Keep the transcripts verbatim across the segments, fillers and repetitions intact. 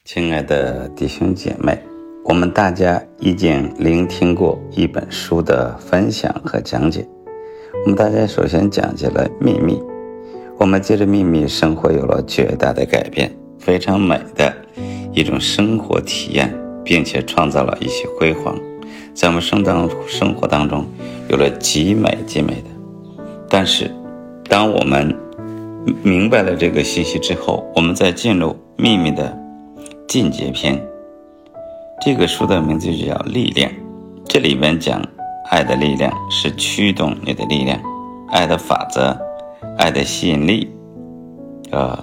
亲爱的弟兄姐妹，我们大家已经聆听过一本书的分享和讲解。我们大家首先讲解了秘密，我们借着秘密生活有了绝大的改变，非常美的一种生活体验，并且创造了一些辉煌，在我们生当生活当中有了极美极美的。但是当我们明白了这个信息之后，我们再进入秘密的进阶篇。这个书的名字就叫力量，这里面讲爱的力量是驱动你的力量，爱的法则，爱的吸引力，呃，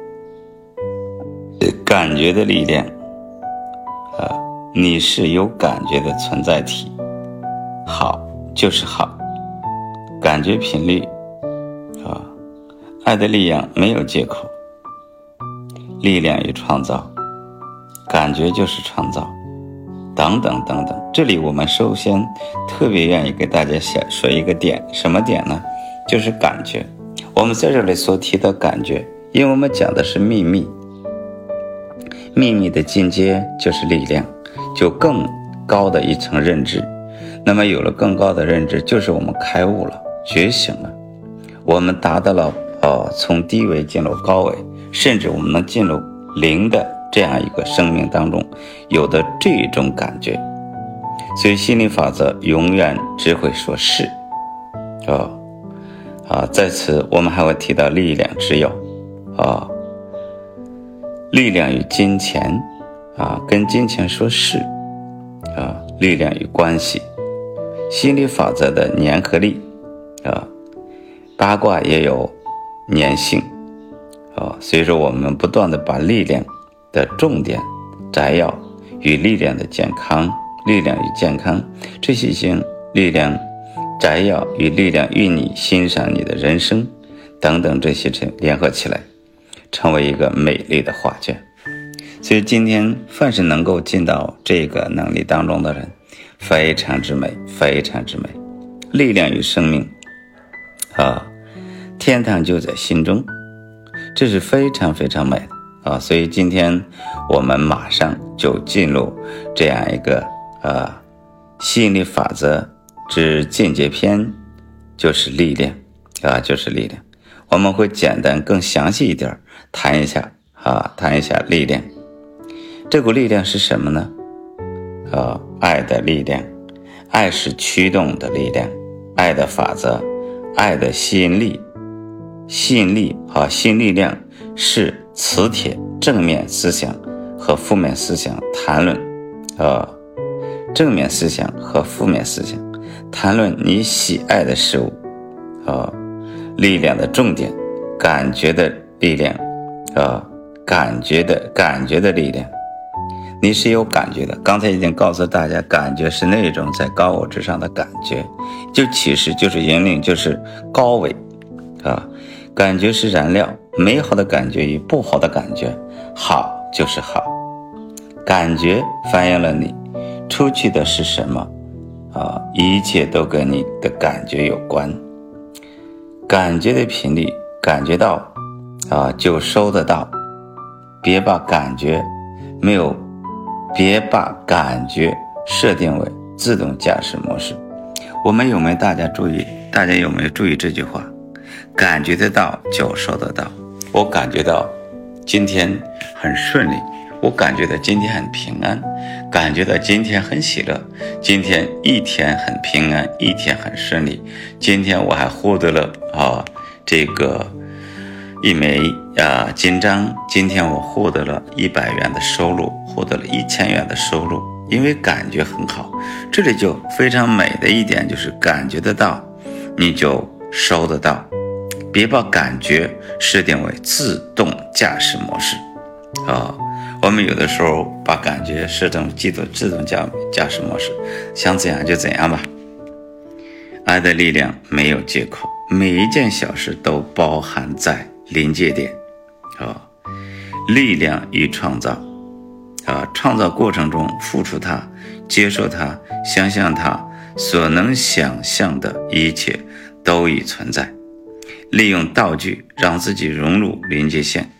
感觉的力量，呃，你是有感觉的存在体，好就是好，感觉频率，呃，爱的力量没有借口，力量与创造，感觉就是创造，等等等等。这里我们首先特别愿意给大家说一个点，什么点呢？就是感觉。我们在这里所提的感觉，因为我们讲的是秘密，秘密的进阶就是力量，就更高的一层认知。那么有了更高的认知，就是我们开悟了，觉醒了，我们达到了呃从低维进入高维，甚至我们能进入零的这样一个生命当中有的这种感觉。所以心理法则永远只会说是哦啊，在此我们还会提到力量之友啊，力量与金钱啊，跟金钱说是啊，力量与关系，心理法则的粘合力啊，八卦也有粘性啊，所以说我们不断的把力量的重点摘要与力量的健康，力量与健康，这些性力量摘要与力量与你欣赏你的人生等等，这些联合起来成为一个美丽的画卷。所以今天凡是能够进到这个能力当中的人，非常之美，非常之美。力量与生命啊，天堂就在心中，这是非常非常美的啊。所以今天我们马上就进入这样一个啊吸引力法则之进阶篇，就是力量啊，就是力量。我们会简单更详细一点谈一下啊，谈一下力量。这股力量是什么呢？啊，爱的力量，爱是驱动的力量，爱的法则，爱的吸引力，吸引力和新力量是磁铁，正面思想和负面思想谈论啊，正面思想和负面思想谈论你喜爱的事物啊，力量的重点，感觉的力量啊，感觉的感觉的力量。你是有感觉的，刚才已经告诉大家，感觉是那种在高我之上的感觉，就其实就是引领，就是高维啊。感觉是燃料，美好的感觉与不好的感觉，好就是好。感觉反映了你出去的是什么啊，一切都跟你的感觉有关。感觉的频率，感觉到啊就收得到，别把感觉没有。别把感觉设定为自动驾驶模式。我们有没有大家注意？大家有没有注意这句话？感觉得到就收得到。我感觉到今天很顺利，我感觉到今天很平安，感觉到今天很喜乐，今天一天很平安，一天很顺利。今天我还获得了啊这个一枚啊金章，今天我获得了一百元的收入，获得了一千元的收入，因为感觉很好。这里就非常美的一点就是感觉得到，你就收得到，别把感觉设定为自动驾驶模式啊。我们有的时候把感觉设成自动自动驾驾驶模式，想怎样就怎样吧。爱的力量没有借口，每一件小事都包含在临界点啊，力量与创造啊，创造过程中付出它，接受它，想象它，所能想象的一切都已存在。利用道具让自己融入临界线，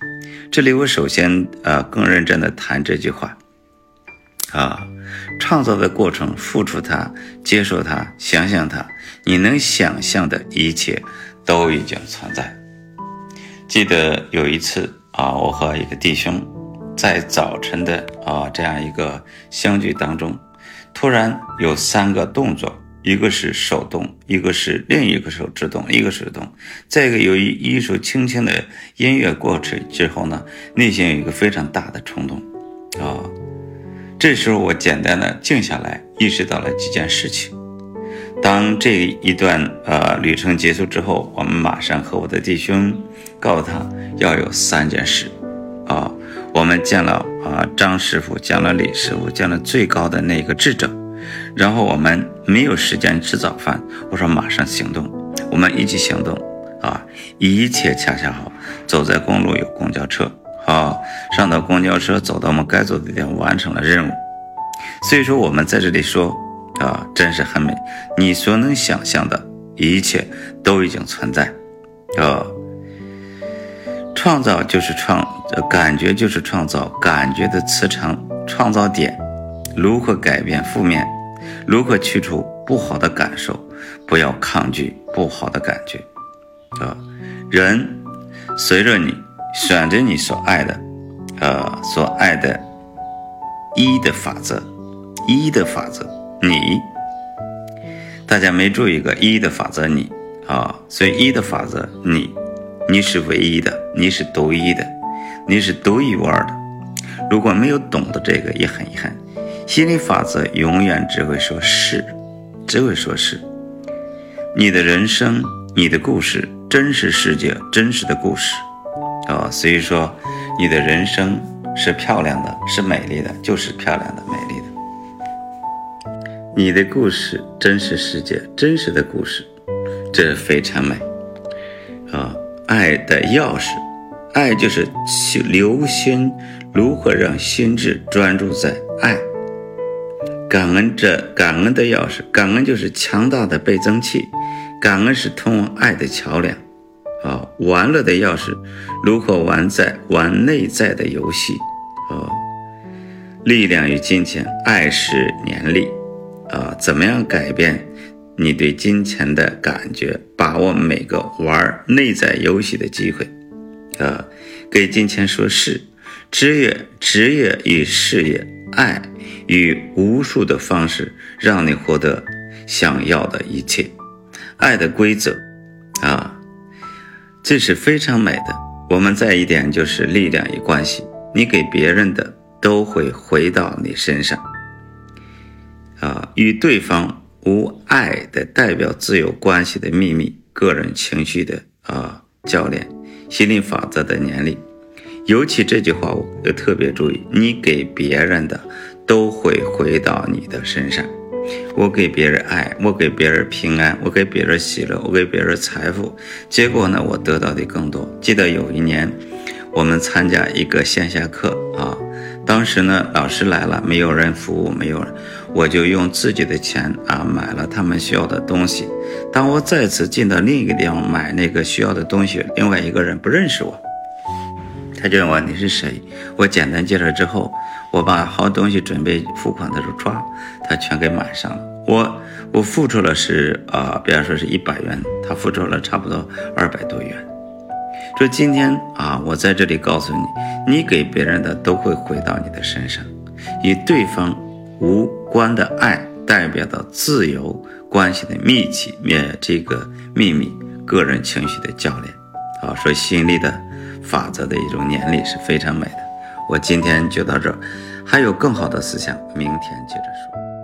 这里我首先呃更认真的谈这句话啊，创造的过程，付出它，接受它，想想它，你能想象的一切都已经存在。记得有一次啊，我和一个弟兄在早晨的啊这样一个相聚当中，突然有三个动作，一个是手动，一个是另一个手指动，一个手动。再一个由于一首轻轻的音乐过去之后呢，内心有一个非常大的冲动啊。这时候我简单的静下来，意识到了几件事情。当这一段呃旅程结束之后，我们马上和我的弟兄告诉他要有三件事啊。我们见了啊张师傅，见了李师傅，见了最高的那个智者，然后我们没有时间吃早饭，我说马上行动，我们一起行动啊，一切恰恰好。走在公路有公交车啊，上到公交车，走到我们该走的地方，完成了任务。所以说我们在这里说啊，真是很美。你所能想象的一切都已经存在啊。创造就是创，感觉就是创造，感觉的磁场创造点，如何改变负面，如何去除不好的感受，不要抗拒不好的感觉啊。人随着你选择你所爱的呃，所爱的一的法则，一的法则你，大家没注意一个一的法则你啊，所以一的法则你，你是唯一的，你是独一的，你是独一无二的。如果没有懂得这个也很遗憾。心理法则永远只会说是，只会说是。你的人生，你的故事，真实世界真实的故事啊，所以说你的人生是漂亮的，是美丽的，就是漂亮的，美丽的。你的故事，真实世界真实的故事，这非常美啊。爱的钥匙，爱就是留心如何让心智专注在爱。感恩这感恩的钥匙，感恩就是强大的倍增器，感恩是通往爱的桥梁啊。玩乐的钥匙，如何玩在玩内在的游戏啊。力量与金钱，爱是年力啊。怎么样改变你对金钱的感觉，把握每个玩内在游戏的机会啊。给金钱说是，职业职业与事业，爱与无数的方式让你获得想要的一切。爱的规则啊，这是非常美的。我们再一点就是力量与关系，你给别人的都会回到你身上啊。与对方无爱的代表自由关系的秘密，个人情绪的啊教练，心理法则的年龄。尤其这句话我要特别注意，你给别人的都会回到你的身上。我给别人爱，我给别人平安，我给别人喜乐，我给别人财富，结果呢，我得到的更多。记得有一年我们参加一个线下课啊，当时呢老师来了，没有人服务，没有人，我就用自己的钱啊买了他们需要的东西。当我再次进到另一个地方买那个需要的东西，另外一个人不认识我，他就问我你是谁，我简单介绍之后，我把好东西准备付款的时候抓，他全给买上了。我我付出了是啊、呃，比方说是一百元，他付出了差不多二百多元。说今天啊，我在这里告诉你，你给别人的都会回到你的身上。与对方无关的爱，代表到自由关系的密集，灭这个秘密，个人情绪的教练啊，说吸引力的法则的一种年龄是非常美的。我今天就到这儿，还有更好的思想，明天接着说。